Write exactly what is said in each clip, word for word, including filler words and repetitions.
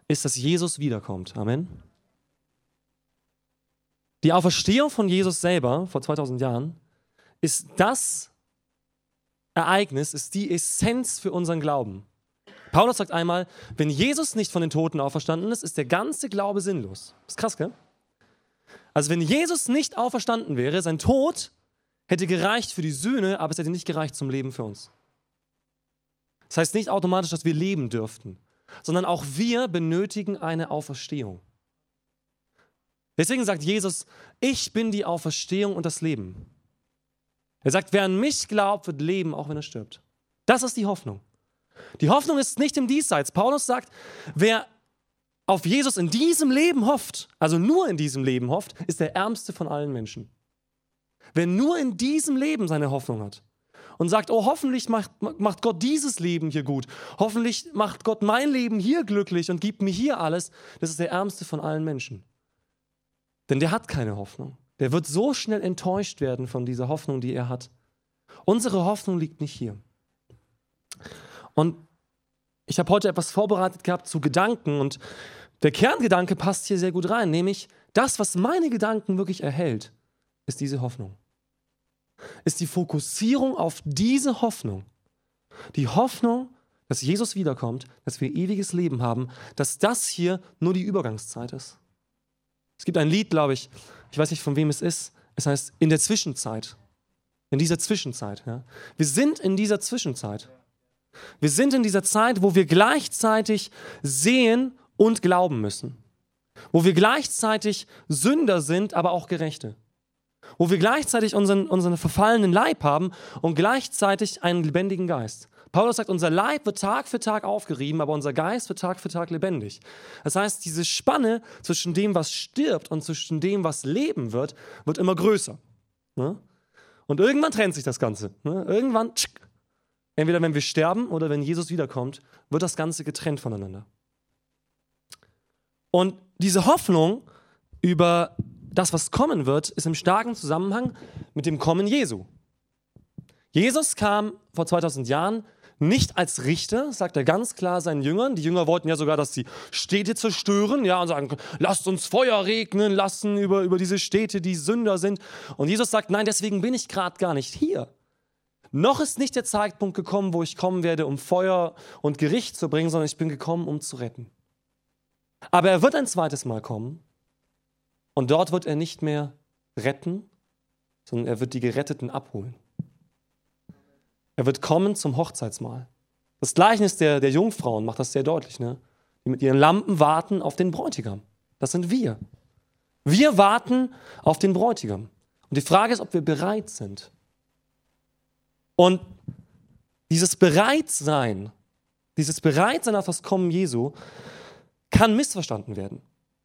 ist, dass Jesus wiederkommt. Amen. Die Auferstehung von Jesus selber vor zweitausend Jahren ist das Ereignis, ist die Essenz für unseren Glauben. Paulus sagt einmal, wenn Jesus nicht von den Toten auferstanden ist, ist der ganze Glaube sinnlos. Das ist krass, gell? Also wenn Jesus nicht auferstanden wäre, sein Tod hätte gereicht für die Sühne, aber es hätte nicht gereicht zum Leben für uns. Das heißt nicht automatisch, dass wir leben dürften, sondern auch wir benötigen eine Auferstehung. Deswegen sagt Jesus, ich bin die Auferstehung und das Leben. Er sagt, wer an mich glaubt, wird leben, auch wenn er stirbt. Das ist die Hoffnung. Die Hoffnung ist nicht im Diesseits. Paulus sagt, wer auf Jesus in diesem Leben hofft, also nur in diesem Leben hofft, ist der ärmste von allen Menschen. Wer nur in diesem Leben seine Hoffnung hat und sagt, oh, hoffentlich macht, macht Gott dieses Leben hier gut, hoffentlich macht Gott mein Leben hier glücklich und gibt mir hier alles, das ist der ärmste von allen Menschen. Denn der hat keine Hoffnung. Der wird so schnell enttäuscht werden von dieser Hoffnung, die er hat. Unsere Hoffnung liegt nicht hier. Und ich habe heute etwas vorbereitet gehabt zu Gedanken und der Kerngedanke passt hier sehr gut rein, nämlich das, was meine Gedanken wirklich erhält, ist diese Hoffnung. Ist die Fokussierung auf diese Hoffnung. Die Hoffnung, dass Jesus wiederkommt, dass wir ewiges Leben haben, dass das hier nur die Übergangszeit ist. Es gibt ein Lied, glaube ich, ich weiß nicht, von wem es ist, es heißt In der Zwischenzeit. In dieser Zwischenzeit. Ja. Wir sind in dieser Zwischenzeit. Wir sind in dieser Zeit, wo wir gleichzeitig sehen und glauben müssen. Wo wir gleichzeitig Sünder sind, aber auch Gerechte. Wo wir gleichzeitig unseren, unseren verfallenen Leib haben und gleichzeitig einen lebendigen Geist. Paulus sagt, unser Leib wird Tag für Tag aufgerieben, aber unser Geist wird Tag für Tag lebendig. Das heißt, diese Spanne zwischen dem, was stirbt und zwischen dem, was leben wird, wird immer größer. Ne? Und irgendwann trennt sich das Ganze. Ne? Irgendwann, tschik, entweder wenn wir sterben oder wenn Jesus wiederkommt, wird das Ganze getrennt voneinander. Und diese Hoffnung über das, was kommen wird, ist im starken Zusammenhang mit dem Kommen Jesu. Jesus kam vor zweitausend Jahren nicht als Richter, sagt er ganz klar seinen Jüngern. Die Jünger wollten ja sogar, dass die Städte zerstören, ja, und sagen, lasst uns Feuer regnen lassen über, über diese Städte, die Sünder sind. Und Jesus sagt, nein, deswegen bin ich gerade gar nicht hier. Noch ist nicht der Zeitpunkt gekommen, wo ich kommen werde, um Feuer und Gericht zu bringen, sondern ich bin gekommen, um zu retten. Aber er wird ein zweites Mal kommen und dort wird er nicht mehr retten, sondern er wird die Geretteten abholen. Er wird kommen zum Hochzeitsmahl. Das Gleichnis der, der Jungfrauen macht das sehr deutlich, ne? Die mit ihren Lampen warten auf den Bräutigam. Das sind wir. Wir warten auf den Bräutigam. Und die Frage ist, ob wir bereit sind. Und dieses Bereitsein, dieses Bereitsein auf das Kommen Jesu, kann missverstanden werden.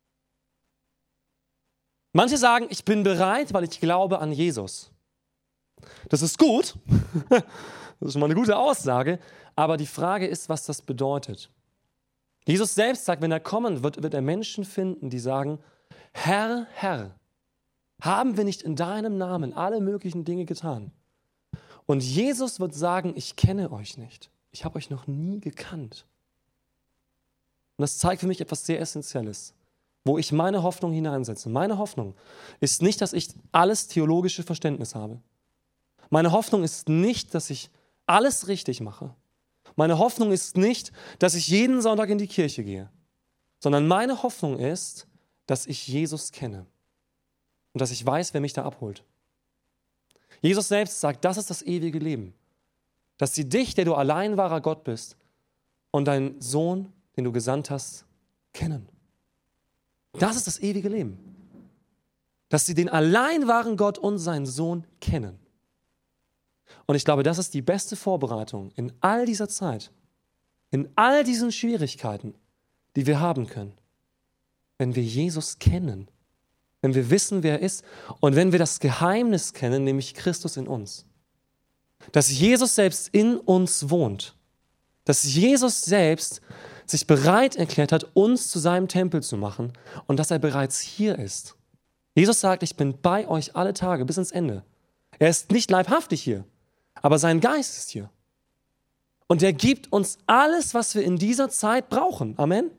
Manche sagen, ich bin bereit, weil ich glaube an Jesus. Das ist gut, das ist schon mal eine gute Aussage, aber die Frage ist, was das bedeutet. Jesus selbst sagt, wenn er kommen wird, wird er Menschen finden, die sagen, Herr, Herr, haben wir nicht in deinem Namen alle möglichen Dinge getan? Und Jesus wird sagen, ich kenne euch nicht, ich habe euch noch nie gekannt. Und das zeigt für mich etwas sehr Essentielles, wo ich meine Hoffnung hineinsetze. Meine Hoffnung ist nicht, dass ich alles theologische Verständnis habe. Meine Hoffnung ist nicht, dass ich alles richtig mache. Meine Hoffnung ist nicht, dass ich jeden Sonntag in die Kirche gehe, sondern meine Hoffnung ist, dass ich Jesus kenne und dass ich weiß, wer mich da abholt. Jesus selbst sagt, das ist das ewige Leben, dass sie dich, der du allein wahrer Gott bist, und deinen Sohn, den du gesandt hast, kennen. Das ist das ewige Leben. Dass sie den allein wahren Gott und seinen Sohn kennen. Und ich glaube, das ist die beste Vorbereitung in all dieser Zeit, in all diesen Schwierigkeiten, die wir haben können, wenn wir Jesus kennen, wenn wir wissen, wer er ist und wenn wir das Geheimnis kennen, nämlich Christus in uns. Dass Jesus selbst in uns wohnt, dass Jesus selbst sich bereit erklärt hat, uns zu seinem Tempel zu machen und dass er bereits hier ist. Jesus sagt, ich bin bei euch alle Tage bis ins Ende. Er ist nicht leibhaftig hier, aber sein Geist ist hier. Und er gibt uns alles, was wir in dieser Zeit brauchen. Amen.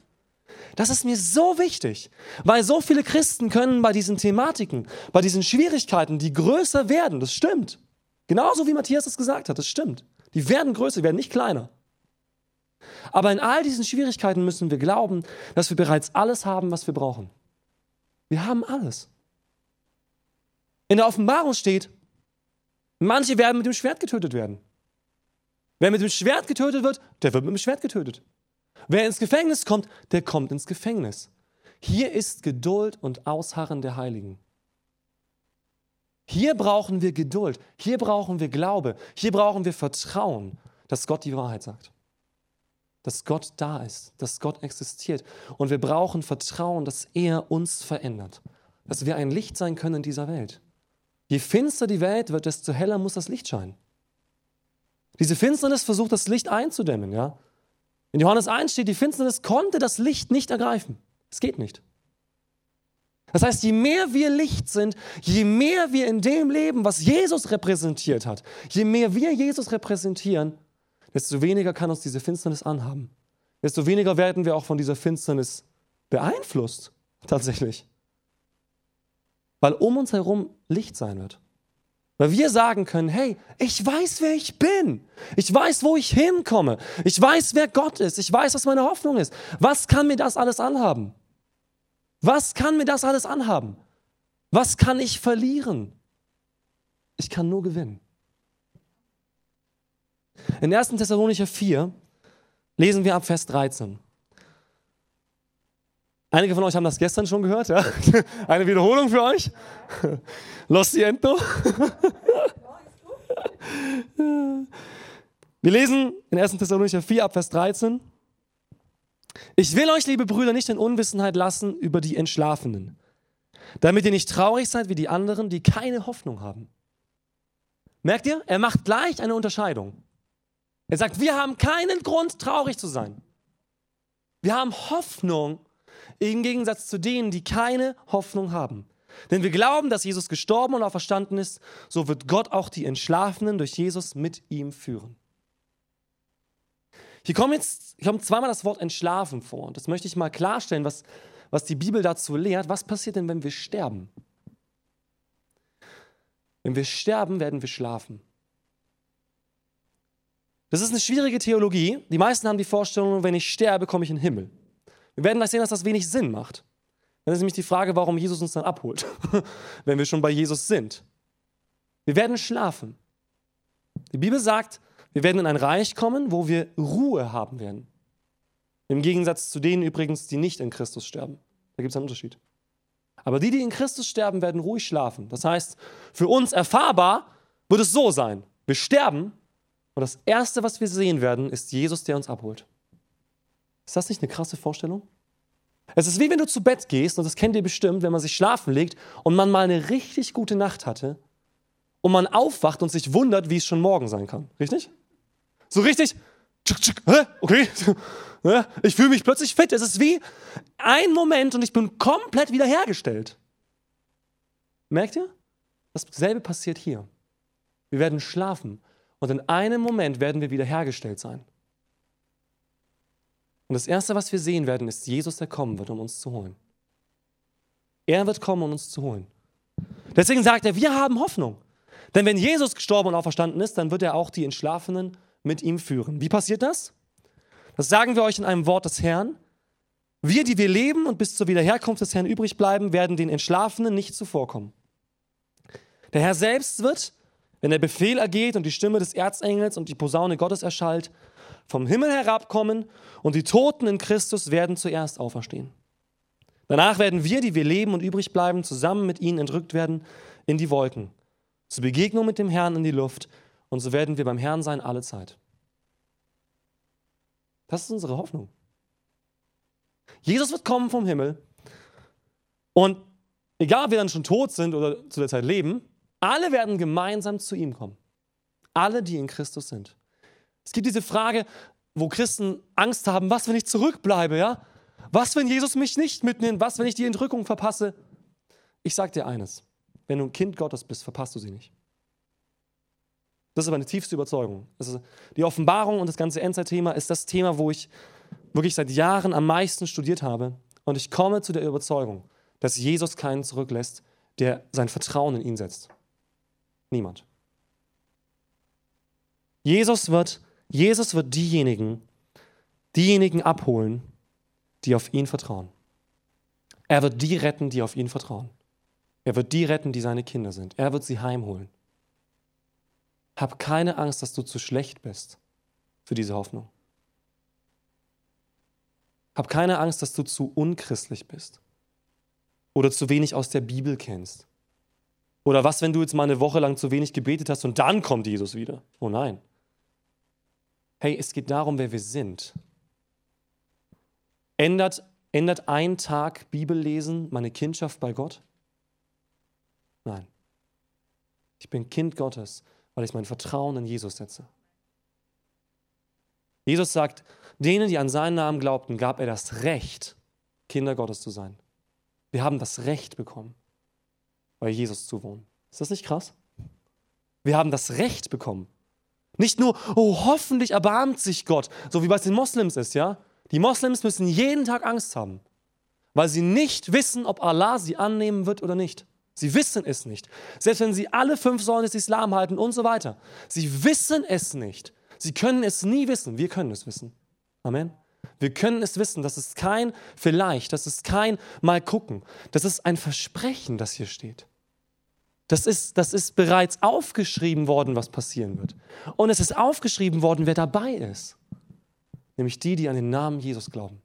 Das ist mir so wichtig, weil so viele Christen können bei diesen Thematiken, bei diesen Schwierigkeiten, die größer werden, das stimmt. Genauso wie Matthias es gesagt hat, das stimmt. Die werden größer, werden nicht kleiner. Aber in all diesen Schwierigkeiten müssen wir glauben, dass wir bereits alles haben, was wir brauchen. Wir haben alles. In der Offenbarung steht, manche werden mit dem Schwert getötet werden. Wer mit dem Schwert getötet wird, der wird mit dem Schwert getötet. Wer ins Gefängnis kommt, der kommt ins Gefängnis. Hier ist Geduld und Ausharren der Heiligen. Hier brauchen wir Geduld, hier brauchen wir Glaube, hier brauchen wir Vertrauen, dass Gott die Wahrheit sagt. Dass Gott da ist, dass Gott existiert. Und wir brauchen Vertrauen, dass er uns verändert. Dass wir ein Licht sein können in dieser Welt. Je finster die Welt wird, desto heller muss das Licht scheinen. Diese Finsternis versucht, das Licht einzudämmen. Ja? In Johannes eins steht, die Finsternis konnte das Licht nicht ergreifen. Es geht nicht. Das heißt, je mehr wir Licht sind, je mehr wir in dem leben, was Jesus repräsentiert hat, je mehr wir Jesus repräsentieren, desto weniger kann uns diese Finsternis anhaben. Desto weniger werden wir auch von dieser Finsternis beeinflusst, tatsächlich. Weil um uns herum Licht sein wird. Weil wir sagen können, hey, ich weiß, wer ich bin. Ich weiß, wo ich hinkomme. Ich weiß, wer Gott ist. Ich weiß, was meine Hoffnung ist. Was kann mir das alles anhaben? Was kann mir das alles anhaben? Was kann ich verlieren? Ich kann nur gewinnen. In ersten Thessalonicher vier lesen wir ab Vers dreizehn. Einige von euch haben das gestern schon gehört, ja? Eine Wiederholung für euch. Lo siento. Wir lesen in ersten Thessalonicher vier ab Vers dreizehn. Ich will euch, liebe Brüder, nicht in Unwissenheit lassen über die Entschlafenen, damit ihr nicht traurig seid wie die anderen, die keine Hoffnung haben. Merkt ihr? Er macht gleich eine Unterscheidung. Er sagt, wir haben keinen Grund, traurig zu sein. Wir haben Hoffnung im Gegensatz zu denen, die keine Hoffnung haben. Denn wir glauben, dass Jesus gestorben und auferstanden ist, so wird Gott auch die Entschlafenen durch Jesus mit ihm führen. Hier kommt jetzt hier kommt zweimal das Wort entschlafen vor. Und das möchte ich mal klarstellen, was, was die Bibel dazu lehrt. Was passiert denn, wenn wir sterben? Wenn wir sterben, werden wir schlafen. Das ist eine schwierige Theologie. Die meisten haben die Vorstellung, wenn ich sterbe, komme ich in den Himmel. Wir werden gleich sehen, dass das wenig Sinn macht. Dann ist nämlich die Frage, warum Jesus uns dann abholt, wenn wir schon bei Jesus sind. Wir werden schlafen. Die Bibel sagt, wir werden in ein Reich kommen, wo wir Ruhe haben werden. Im Gegensatz zu denen übrigens, die nicht in Christus sterben. Da gibt es einen Unterschied. Aber die, die in Christus sterben, werden ruhig schlafen. Das heißt, für uns erfahrbar wird es so sein. Wir sterben und das Erste, was wir sehen werden, ist Jesus, der uns abholt. Ist das nicht eine krasse Vorstellung? Es ist wie wenn du zu Bett gehst, und das kennt ihr bestimmt, wenn man sich schlafen legt und man mal eine richtig gute Nacht hatte und man aufwacht und sich wundert, wie es schon morgen sein kann. Richtig? So richtig, tschuk, tschuk, hä? Okay, ich fühle mich plötzlich fit. Es ist wie ein Moment und ich bin komplett wiederhergestellt. Merkt ihr? Dasselbe passiert hier. Wir werden schlafen und in einem Moment werden wir wiederhergestellt sein. Und das Erste, was wir sehen werden, ist Jesus, der kommen wird, um uns zu holen. Er wird kommen, um uns zu holen. Deswegen sagt er, wir haben Hoffnung. Denn wenn Jesus gestorben und auferstanden ist, dann wird er auch die Entschlafenen mit ihm führen. Wie passiert das? Das sagen wir euch in einem Wort des Herrn. Wir, die wir leben und bis zur Wiederherkunft des Herrn übrig bleiben, werden den Entschlafenen nicht zuvorkommen. Der Herr selbst wird, wenn der Befehl ergeht und die Stimme des Erzengels und die Posaune Gottes erschallt, vom Himmel herabkommen und die Toten in Christus werden zuerst auferstehen. Danach werden wir, die wir leben und übrig bleiben, zusammen mit ihnen entrückt werden in die Wolken, zur Begegnung mit dem Herrn in die Luft, und so werden wir beim Herrn sein alle Zeit. Das ist unsere Hoffnung. Jesus wird kommen vom Himmel und egal, ob wir dann schon tot sind oder zu der Zeit leben, alle werden gemeinsam zu ihm kommen. Alle, die in Christus sind. Es gibt diese Frage, wo Christen Angst haben, was, wenn ich zurückbleibe, ja? Was, wenn Jesus mich nicht mitnimmt? Was, wenn ich die Entrückung verpasse? Ich sage dir eines, wenn du ein Kind Gottes bist, verpasst du sie nicht. Das ist aber eine tiefste Überzeugung. Das ist die Offenbarung und das ganze Endzeitthema ist das Thema, wo ich wirklich seit Jahren am meisten studiert habe. Und ich komme zu der Überzeugung, dass Jesus keinen zurücklässt, der sein Vertrauen in ihn setzt. Niemand. Jesus wird, Jesus wird diejenigen, diejenigen abholen, die auf ihn vertrauen. Er wird die retten, die auf ihn vertrauen. Er wird die retten, die seine Kinder sind. Er wird sie heimholen. Hab keine Angst, dass du zu schlecht bist für diese Hoffnung. Hab keine Angst, dass du zu unchristlich bist oder zu wenig aus der Bibel kennst. Oder was, wenn du jetzt mal eine Woche lang zu wenig gebetet hast und dann kommt Jesus wieder? Oh nein. Hey, es geht darum, wer wir sind. Ändert, ändert ein Tag Bibellesen meine Kindschaft bei Gott? Nein. Ich bin Kind Gottes, weil ich mein Vertrauen in Jesus setze. Jesus sagt, denen, die an seinen Namen glaubten, gab er das Recht, Kinder Gottes zu sein. Wir haben das Recht bekommen, bei Jesus zu wohnen. Ist das nicht krass? Wir haben das Recht bekommen. Nicht nur, oh, hoffentlich erbarmt sich Gott, so wie bei den Moslems ist, ja? Die Moslems müssen jeden Tag Angst haben, weil sie nicht wissen, ob Allah sie annehmen wird oder nicht. Sie wissen es nicht. Selbst wenn sie alle fünf Säulen des Islam halten und so weiter. Sie wissen es nicht. Sie können es nie wissen. Wir können es wissen. Amen. Wir können es wissen. Das ist kein vielleicht, das ist kein mal gucken. Das ist ein Versprechen, das hier steht. Das ist, das ist bereits aufgeschrieben worden, was passieren wird. Und es ist aufgeschrieben worden, wer dabei ist. Nämlich die, die an den Namen Jesus glauben.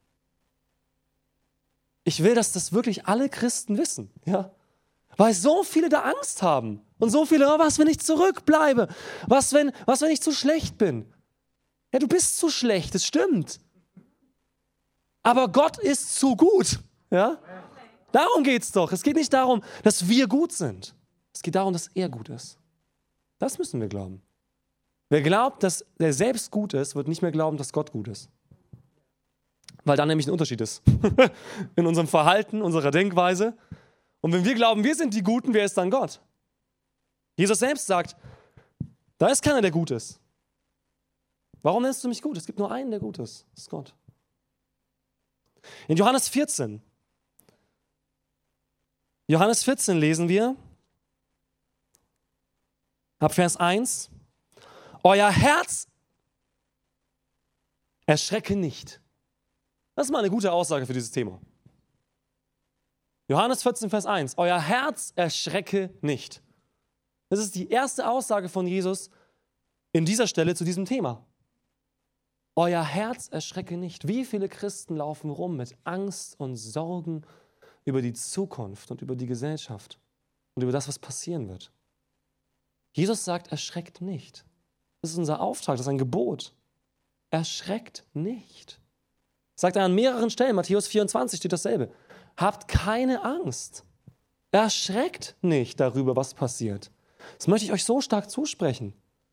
Ich will, dass das wirklich alle Christen wissen. Ja? Weil so viele da Angst haben. Und so viele, oh, was, wenn ich zurückbleibe? Was, wenn, was, wenn ich zu schlecht bin? Ja, du bist zu schlecht, das stimmt. Aber Gott ist zu gut. Ja? Darum geht es doch. Es geht nicht darum, dass wir gut sind. Es geht darum, dass er gut ist. Das müssen wir glauben. Wer glaubt, dass er selbst gut ist, wird nicht mehr glauben, dass Gott gut ist. Weil da nämlich ein Unterschied ist. In unserem Verhalten, unserer Denkweise. Und wenn wir glauben, wir sind die Guten, wer ist dann Gott? Jesus selbst sagt, da ist keiner, der gut ist. Warum nennst du mich gut? Es gibt nur einen, der gut ist. Das ist Gott. In Johannes vierzehn. Johannes vierzehn lesen wir, ab Vers eins. Euer Herz erschrecke nicht. Das ist mal eine gute Aussage für dieses Thema. Johannes vierzehn, Vers eins. Euer Herz erschrecke nicht. Das ist die erste Aussage von Jesus in dieser Stelle zu diesem Thema. Euer Herz erschrecke nicht. Wie viele Christen laufen rum mit Angst und Sorgen über die Zukunft und über die Gesellschaft und über das, was passieren wird? Jesus sagt, erschreckt nicht. Das ist unser Auftrag, das ist ein Gebot. Erschreckt nicht. Sagt er an mehreren Stellen, Matthäus vierundzwanzig steht dasselbe. Habt keine Angst. Erschreckt nicht darüber, was passiert. Das möchte ich euch so stark zusprechen.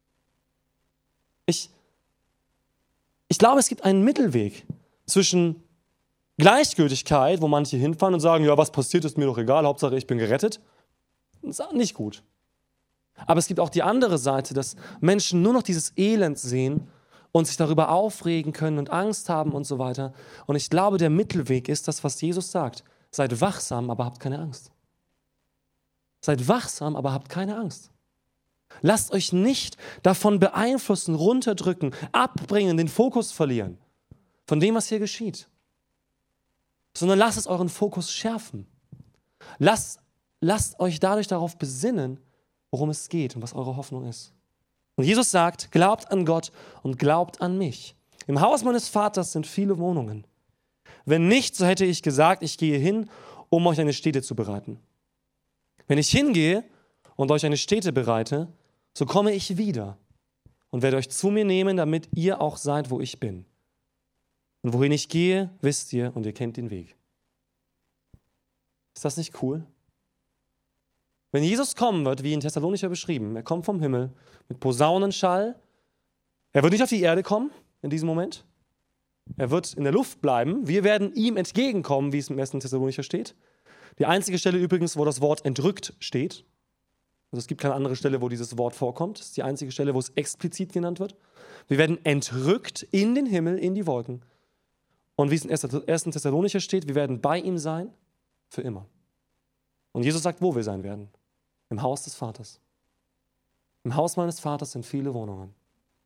Ich, ich glaube, es gibt einen Mittelweg zwischen Gleichgültigkeit, wo manche hinfahren und sagen, ja, was passiert, ist mir doch egal, Hauptsache ich bin gerettet. Das ist nicht gut. Aber es gibt auch die andere Seite, dass Menschen nur noch dieses Elend sehen und sich darüber aufregen können und Angst haben und so weiter. Und ich glaube, der Mittelweg ist das, was Jesus sagt. Seid wachsam, aber habt keine Angst. Seid wachsam, aber habt keine Angst. Lasst euch nicht davon beeinflussen, runterdrücken, abbringen, den Fokus verlieren von dem, was hier geschieht. Sondern lasst es euren Fokus schärfen. Lasst, lasst euch dadurch darauf besinnen, worum es geht und was eure Hoffnung ist. Und Jesus sagt, glaubt an Gott und glaubt an mich. Im Haus meines Vaters sind viele Wohnungen. Wenn nicht, so hätte ich gesagt, ich gehe hin, um euch eine Stätte zu bereiten. Wenn ich hingehe und euch eine Stätte bereite, so komme ich wieder und werde euch zu mir nehmen, damit ihr auch seid, wo ich bin. Und wohin ich gehe, wisst ihr und ihr kennt den Weg. Ist das nicht cool? Wenn Jesus kommen wird, wie in Thessalonicher beschrieben, er kommt vom Himmel mit Posaunenschall, er wird nicht auf die Erde kommen in diesem Moment, er wird in der Luft bleiben, wir werden ihm entgegenkommen, wie es im ersten Thessalonicher steht. Die einzige Stelle übrigens, wo das Wort entrückt steht, also es gibt keine andere Stelle, wo dieses Wort vorkommt, das ist die einzige Stelle, wo es explizit genannt wird. Wir werden entrückt in den Himmel, in die Wolken Und wie es in ersten Thessalonicher steht, wir werden bei ihm sein für immer. Und Jesus sagt, wo wir sein werden. Im Haus des Vaters. Im Haus meines Vaters sind viele Wohnungen.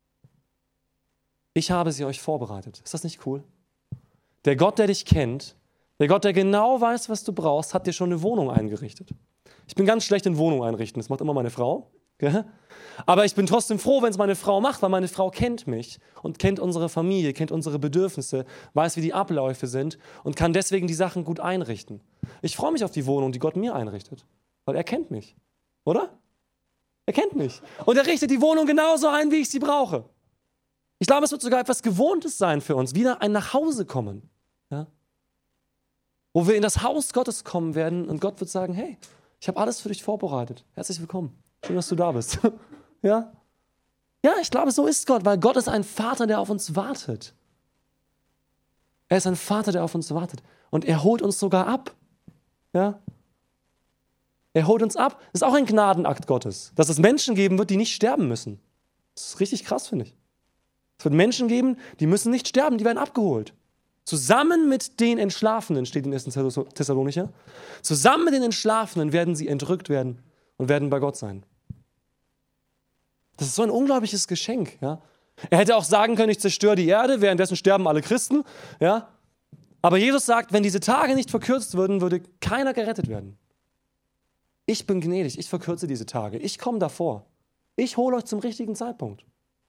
Ich habe sie euch vorbereitet. Ist das nicht cool? Der Gott, der dich kennt, der Gott, der genau weiß, was du brauchst, hat dir schon eine Wohnung eingerichtet. Ich bin ganz schlecht in Wohnung einrichten. Das macht immer meine Frau. Gell? Aber ich bin trotzdem froh, wenn es meine Frau macht, weil meine Frau kennt mich und kennt unsere Familie, kennt unsere Bedürfnisse, weiß, wie die Abläufe sind und kann deswegen die Sachen gut einrichten. Ich freue mich auf die Wohnung, die Gott mir einrichtet, weil er kennt mich, oder? Er kennt mich und er richtet die Wohnung genauso ein, wie ich sie brauche. Ich glaube, es wird sogar etwas Gewohntes sein für uns, wieder ein Nachhausekommen, ja? Wo wir in das Haus Gottes kommen werden und Gott wird sagen, hey, ich habe alles für dich vorbereitet. Herzlich willkommen. Schön, dass du da bist. Ja? Ja, ich glaube, so ist Gott, weil Gott ist ein Vater, der auf uns wartet. Er ist ein Vater, der auf uns wartet. Und er holt uns sogar ab. Ja? Er holt uns ab. Das ist auch ein Gnadenakt Gottes, dass es Menschen geben wird, die nicht sterben müssen. Das ist richtig krass, finde ich. Es wird Menschen geben, die müssen nicht sterben, die werden abgeholt. Zusammen mit den Entschlafenen, steht in ersten Thessalonicher, zusammen mit den Entschlafenen werden sie entrückt werden und werden bei Gott sein. Das ist so ein unglaubliches Geschenk. Ja? Er hätte auch sagen können, ich zerstöre die Erde, währenddessen sterben alle Christen. Ja? Aber Jesus sagt, wenn diese Tage nicht verkürzt würden, würde keiner gerettet werden. Ich bin gnädig, ich verkürze diese Tage. Ich komme davor. Ich hole euch zum richtigen Zeitpunkt.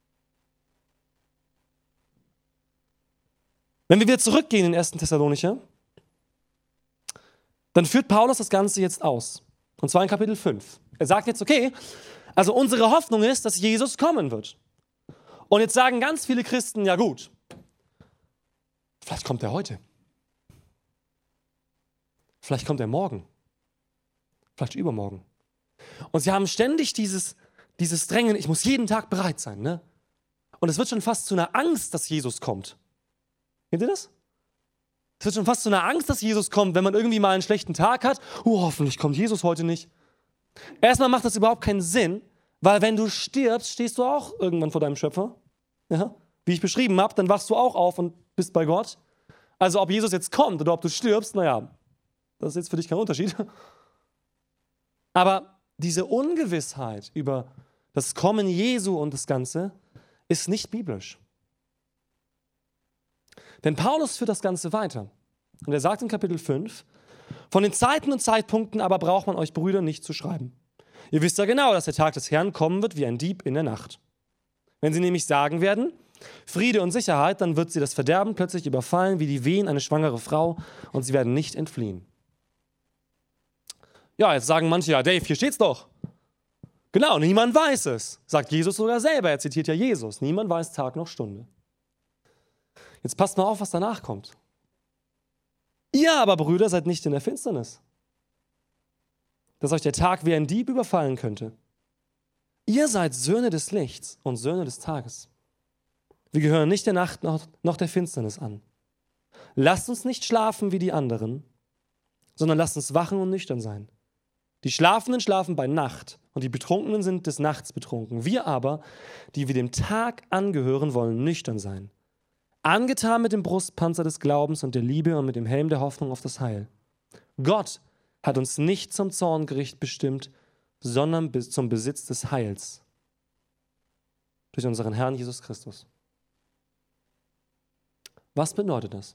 Wenn wir wieder zurückgehen in ersten Thessalonicher, dann führt Paulus das Ganze jetzt aus. Und zwar in Kapitel fünf. Er sagt jetzt, okay, also unsere Hoffnung ist, dass Jesus kommen wird. Und jetzt sagen ganz viele Christen, ja gut, vielleicht kommt er heute. Vielleicht kommt er morgen. Vielleicht übermorgen. Und sie haben ständig dieses, dieses Drängen, ich muss jeden Tag bereit sein. Ne? Und es wird schon fast zu einer Angst, dass Jesus kommt. Kennt ihr das? Es wird schon fast zu einer Angst, dass Jesus kommt, wenn man irgendwie mal einen schlechten Tag hat. Oh, hoffentlich kommt Jesus heute nicht. Erstmal macht das überhaupt keinen Sinn, weil wenn du stirbst, stehst du auch irgendwann vor deinem Schöpfer. Ja? Wie ich beschrieben habe, dann wachst du auch auf und bist bei Gott. Also ob Jesus jetzt kommt oder ob du stirbst, naja, das ist jetzt für dich kein Unterschied. Aber diese Ungewissheit über das Kommen Jesu und das Ganze ist nicht biblisch. Denn Paulus führt das Ganze weiter. Und er sagt in Kapitel fünf, von den Zeiten und Zeitpunkten aber braucht man euch Brüder nicht zu schreiben. Ihr wisst ja genau, dass der Tag des Herrn kommen wird wie ein Dieb in der Nacht. Wenn sie nämlich sagen werden, Friede und Sicherheit, dann wird sie das Verderben plötzlich überfallen wie die Wehen eine schwangere Frau und sie werden nicht entfliehen. Ja, jetzt sagen manche, ja Dave, hier steht's doch. Genau, niemand weiß es. Sagt Jesus sogar selber, er zitiert ja Jesus. Niemand weiß Tag noch Stunde. Jetzt passt mal auf, was danach kommt. Ihr aber, Brüder, seid nicht in der Finsternis, dass euch der Tag wie ein Dieb überfallen könnte. Ihr seid Söhne des Lichts und Söhne des Tages. Wir gehören nicht der Nacht noch, noch der Finsternis an. Lasst uns nicht schlafen wie die anderen, sondern lasst uns wachen und nüchtern sein. Die Schlafenden schlafen bei Nacht und die Betrunkenen sind des Nachts betrunken. Wir aber, die wir dem Tag angehören, wollen nüchtern sein. Angetan mit dem Brustpanzer des Glaubens und der Liebe und mit dem Helm der Hoffnung auf das Heil. Gott hat uns nicht zum Zorngericht bestimmt, sondern bis zum Besitz des Heils. Durch unseren Herrn Jesus Christus. Was bedeutet das?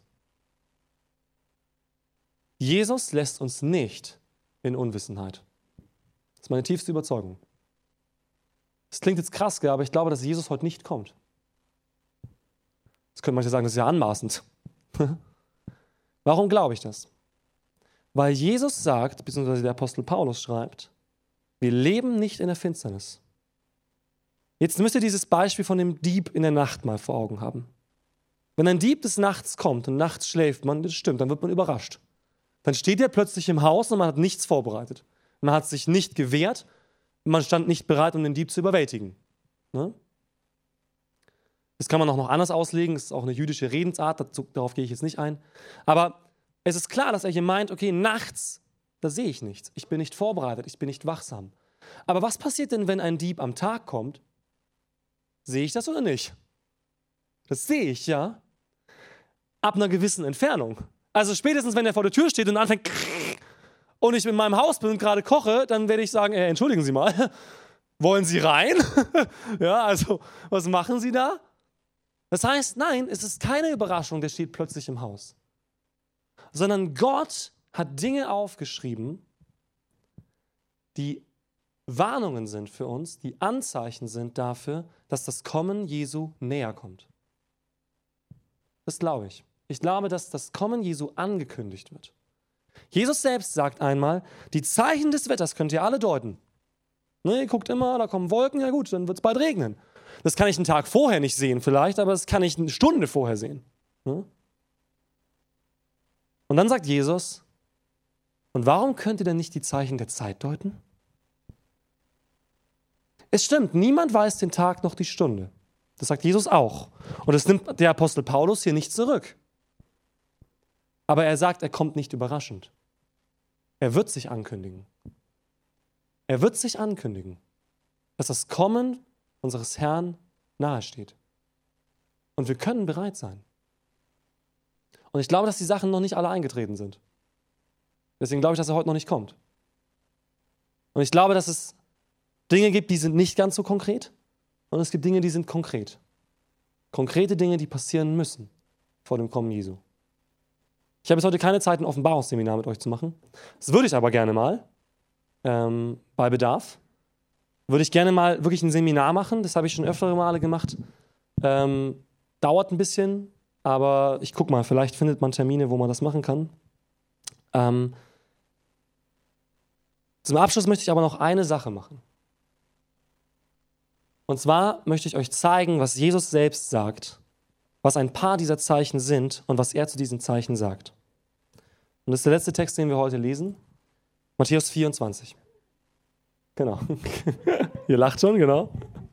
Jesus lässt uns nicht in Unwissenheit. Das ist meine tiefste Überzeugung. Das klingt jetzt krass, aber ich glaube, dass Jesus heute nicht kommt. Jetzt können manche sagen, das ist ja anmaßend. Warum glaube ich das? Weil Jesus sagt, beziehungsweise der Apostel Paulus schreibt, wir leben nicht in der Finsternis. Jetzt müsst ihr dieses Beispiel von dem Dieb in der Nacht mal vor Augen haben. Wenn ein Dieb des Nachts kommt und nachts schläft man, das stimmt, dann wird man überrascht. Dann steht er plötzlich im Haus und man hat nichts vorbereitet. Man hat sich nicht gewehrt, man stand nicht bereit, um den Dieb zu überwältigen. Ne? Das kann man auch noch anders auslegen, das ist auch eine jüdische Redensart, dazu, darauf gehe ich jetzt nicht ein. Aber es ist klar, dass er hier meint, okay, nachts, da sehe ich nichts. Ich bin nicht vorbereitet, ich bin nicht wachsam. Aber was passiert denn, wenn ein Dieb am Tag kommt? Sehe ich das oder nicht? Das sehe ich, ja. ab einer gewissen Entfernung. Also spätestens, wenn er vor der Tür steht und anfängt und ich in meinem Haus bin und gerade koche, dann werde ich sagen, äh, entschuldigen Sie mal, wollen Sie rein? Ja, also was machen Sie da? Das heißt, nein, es ist keine Überraschung, der steht plötzlich im Haus. Sondern Gott hat Dinge aufgeschrieben, die Warnungen sind für uns, die Anzeichen sind dafür, dass das Kommen Jesu näher kommt. Das glaube ich. Ich glaube, dass das Kommen Jesu angekündigt wird. Jesus selbst sagt einmal, die Zeichen des Wetters könnt ihr alle deuten. Ne, ihr guckt immer, da kommen Wolken, ja gut, dann wird es bald regnen. Das kann ich einen Tag vorher nicht sehen vielleicht, aber das kann ich eine Stunde vorher sehen. Ne? Und dann sagt Jesus, und warum könnt ihr denn nicht die Zeichen der Zeit deuten? Es stimmt, niemand weiß den Tag noch die Stunde. Das sagt Jesus auch. Und das nimmt der Apostel Paulus hier nicht zurück. Aber er sagt, er kommt nicht überraschend. Er wird sich ankündigen. Er wird sich ankündigen, dass das Kommen unseres Herrn nahesteht. Und wir können bereit sein. Und ich glaube, dass die Sachen noch nicht alle eingetreten sind. Deswegen glaube ich, dass er heute noch nicht kommt. Und ich glaube, dass es Dinge gibt, die sind nicht ganz so konkret. Und es gibt Dinge, die sind konkret. Konkrete Dinge, die passieren müssen vor dem Kommen Jesu. Ich habe jetzt heute keine Zeit, ein Offenbarungsseminar mit euch zu machen. Das würde ich aber gerne mal, ähm, bei Bedarf. Würde ich gerne mal wirklich ein Seminar machen. Das habe ich schon öftere Male gemacht. Ähm, dauert ein bisschen, aber ich gucke mal, vielleicht findet man Termine, wo man das machen kann. Ähm, zum Abschluss möchte ich aber noch eine Sache machen. Und zwar möchte ich euch zeigen, was Jesus selbst sagt, was ein paar dieser Zeichen sind und was er zu diesen Zeichen sagt. Und das ist der letzte Text, den wir heute lesen. Matthäus vierundzwanzig. Genau. Ihr lacht schon, genau.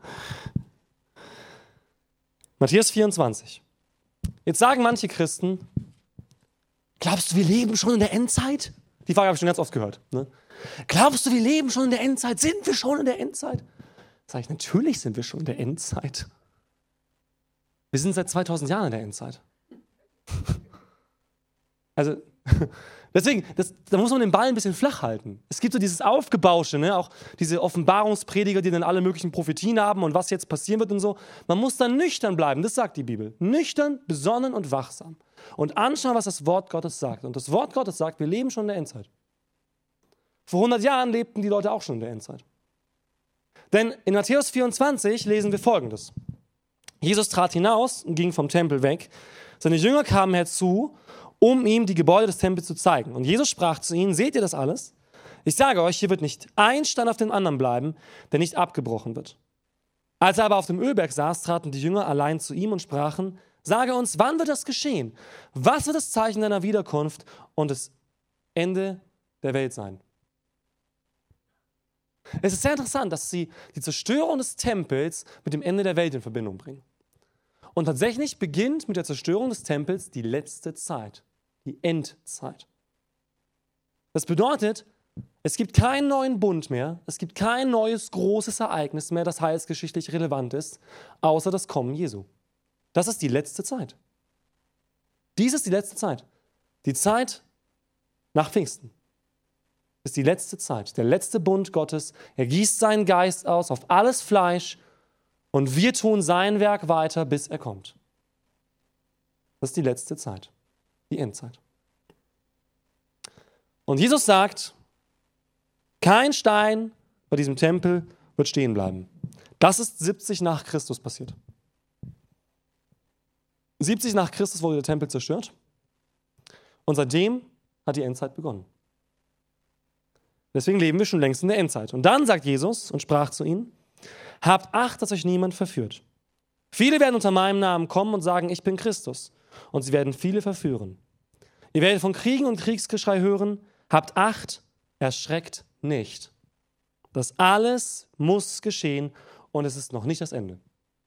Matthäus vierundzwanzig. Jetzt sagen manche Christen, glaubst du, wir leben schon in der Endzeit? Die Frage habe ich schon ganz oft gehört. Ne? Glaubst du, wir leben schon in der Endzeit? Sind wir schon in der Endzeit? Sag ich, natürlich sind wir schon in der Endzeit. Wir sind seit zweitausend Jahren in der Endzeit. Also, deswegen, das, da muss man den Ball ein bisschen flach halten. Es gibt so dieses Aufgebausche, ne? Auch diese Offenbarungsprediger, die dann alle möglichen Prophetien haben und was jetzt passieren wird und so. Man muss dann nüchtern bleiben, das sagt die Bibel. Nüchtern, besonnen und wachsam. Und anschauen, was das Wort Gottes sagt. Und das Wort Gottes sagt, wir leben schon in der Endzeit. Vor hundert Jahren lebten die Leute auch schon in der Endzeit. Denn in Matthäus vierundzwanzig lesen wir Folgendes. Jesus trat hinaus und ging vom Tempel weg. Seine Jünger kamen herzu, um ihm die Gebäude des Tempels zu zeigen. Und Jesus sprach zu ihnen, seht ihr das alles? Ich sage euch, hier wird nicht ein Stein auf dem anderen bleiben, der nicht abgebrochen wird. Als er aber auf dem Ölberg saß, traten die Jünger allein zu ihm und sprachen, sage uns, wann wird das geschehen? Was wird das Zeichen deiner Wiederkunft und das Ende der Welt sein? Es ist sehr interessant, dass sie die Zerstörung des Tempels mit dem Ende der Welt in Verbindung bringen. Und tatsächlich beginnt mit der Zerstörung des Tempels die letzte Zeit, die Endzeit. Das bedeutet, es gibt keinen neuen Bund mehr, es gibt kein neues großes Ereignis mehr, das heilsgeschichtlich relevant ist, außer das Kommen Jesu. Das ist die letzte Zeit. Dies ist die letzte Zeit. Die Zeit nach Pfingsten. Ist die letzte Zeit, der letzte Bund Gottes. Er gießt seinen Geist aus auf alles Fleisch und wir tun sein Werk weiter, bis er kommt. Das ist die letzte Zeit, die Endzeit. Und Jesus sagt, kein Stein bei diesem Tempel wird stehen bleiben. Das ist siebzig nach Christus passiert. siebzig nach Christus wurde der Tempel zerstört und seitdem hat die Endzeit begonnen. Deswegen leben wir schon längst in der Endzeit. Und dann sagt Jesus und sprach zu ihnen, habt Acht, dass euch niemand verführt. Viele werden unter meinem Namen kommen und sagen, ich bin Christus. Und sie werden viele verführen. Ihr werdet von Kriegen und Kriegsgeschrei hören. Habt Acht, erschreckt nicht. Das alles muss geschehen und es ist noch nicht das Ende.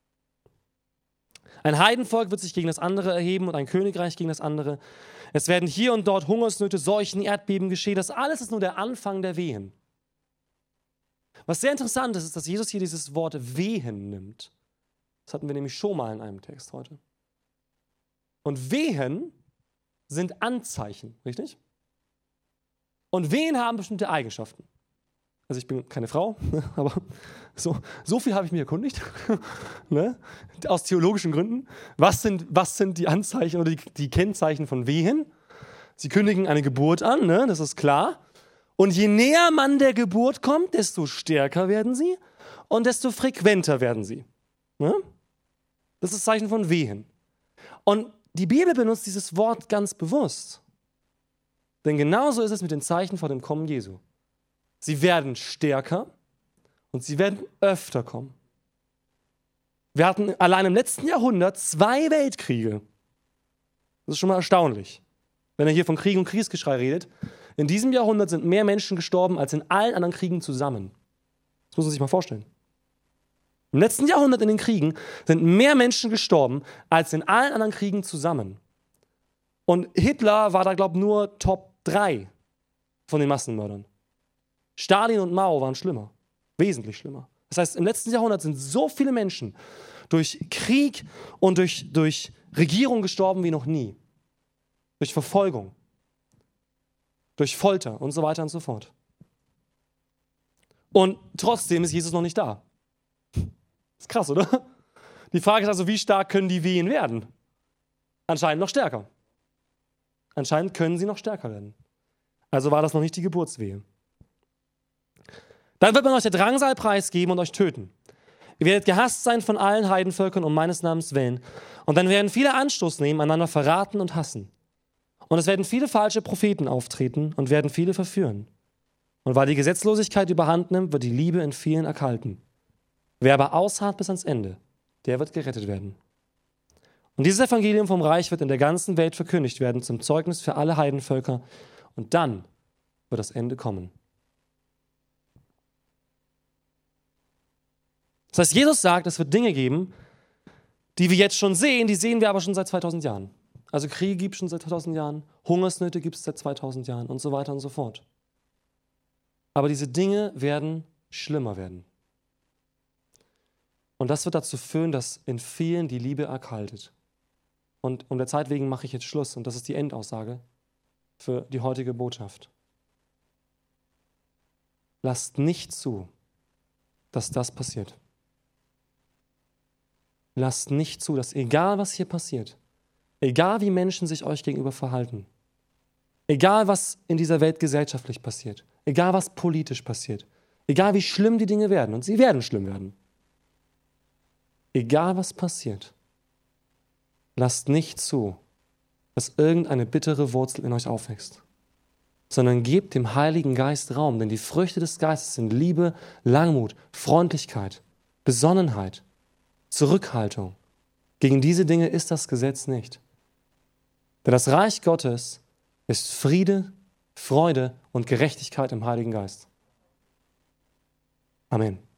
Ein Heidenvolk wird sich gegen das andere erheben und ein Königreich gegen das andere. Es werden hier und dort Hungersnöte, Seuchen, Erdbeben geschehen. Das alles ist nur der Anfang der Wehen. Was sehr interessant ist, ist, dass Jesus hier dieses Wort Wehen nimmt. Das hatten wir nämlich schon mal in einem Text heute. Und Wehen sind Anzeichen, richtig? Und Wehen haben bestimmte Eigenschaften. Also ich bin keine Frau, aber so, so viel habe ich mich erkundigt, ne? Aus theologischen Gründen. Was sind, was sind die Anzeichen oder die, die Kennzeichen von Wehen? Sie kündigen eine Geburt an, ne? Das ist klar. Und je näher man der Geburt kommt, desto stärker werden sie und desto frequenter werden sie. Ne? Das ist das Zeichen von Wehen. Und die Bibel benutzt dieses Wort ganz bewusst. Denn genauso ist es mit den Zeichen vor dem Kommen Jesu. Sie werden stärker und sie werden öfter kommen. Wir hatten allein im letzten Jahrhundert zwei Weltkriege. Das ist schon mal erstaunlich. Wenn er hier von Krieg und Kriegsgeschrei redet, in diesem Jahrhundert sind mehr Menschen gestorben als in allen anderen Kriegen zusammen. Das muss man sich mal vorstellen. Im letzten Jahrhundert in den Kriegen sind mehr Menschen gestorben als in allen anderen Kriegen zusammen. Und Hitler war da, glaube ich, nur Top drei von den Massenmördern. Stalin und Mao waren schlimmer, wesentlich schlimmer. Das heißt, im letzten Jahrhundert sind so viele Menschen durch Krieg und durch, durch Regierung gestorben wie noch nie. Durch Verfolgung, durch Folter und so weiter und so fort. Und trotzdem ist Jesus noch nicht da. Ist krass, oder? Die Frage ist also, wie stark können die Wehen werden? Anscheinend noch stärker. Anscheinend können sie noch stärker werden. Also war das noch nicht die Geburtswehe. Dann wird man euch der Drangsal preisgeben und euch töten. Ihr werdet gehasst sein von allen Heidenvölkern um meines Namens willen. Und dann werden viele Anstoß nehmen, einander verraten und hassen. Und es werden viele falsche Propheten auftreten und werden viele verführen. Und weil die Gesetzlosigkeit überhand nimmt, wird die Liebe in vielen erkalten. Wer aber ausharrt bis ans Ende, der wird gerettet werden. Und dieses Evangelium vom Reich wird in der ganzen Welt verkündigt werden zum Zeugnis für alle Heidenvölker. Und dann wird das Ende kommen. Das heißt, Jesus sagt, es wird Dinge geben, die wir jetzt schon sehen, die sehen wir aber schon seit zweitausend Jahren. Also Kriege gibt es schon seit zweitausend Jahren, Hungersnöte gibt es seit zweitausend Jahren und so weiter und so fort. Aber diese Dinge werden schlimmer werden. Und das wird dazu führen, dass in vielen die Liebe erkaltet. Und um der Zeit wegen mache ich jetzt Schluss. Und das ist die Endaussage für die heutige Botschaft. Lasst nicht zu, dass das passiert. Lasst nicht zu, dass egal was hier passiert, egal wie Menschen sich euch gegenüber verhalten, egal was in dieser Welt gesellschaftlich passiert, egal was politisch passiert, egal wie schlimm die Dinge werden, und sie werden schlimm werden, egal was passiert, lasst nicht zu, dass irgendeine bittere Wurzel in euch aufwächst, sondern gebt dem Heiligen Geist Raum, denn die Früchte des Geistes sind Liebe, Langmut, Freundlichkeit, Besonnenheit, Zurückhaltung. Gegen diese Dinge ist das Gesetz nicht. Denn das Reich Gottes ist Friede, Freude und Gerechtigkeit im Heiligen Geist. Amen.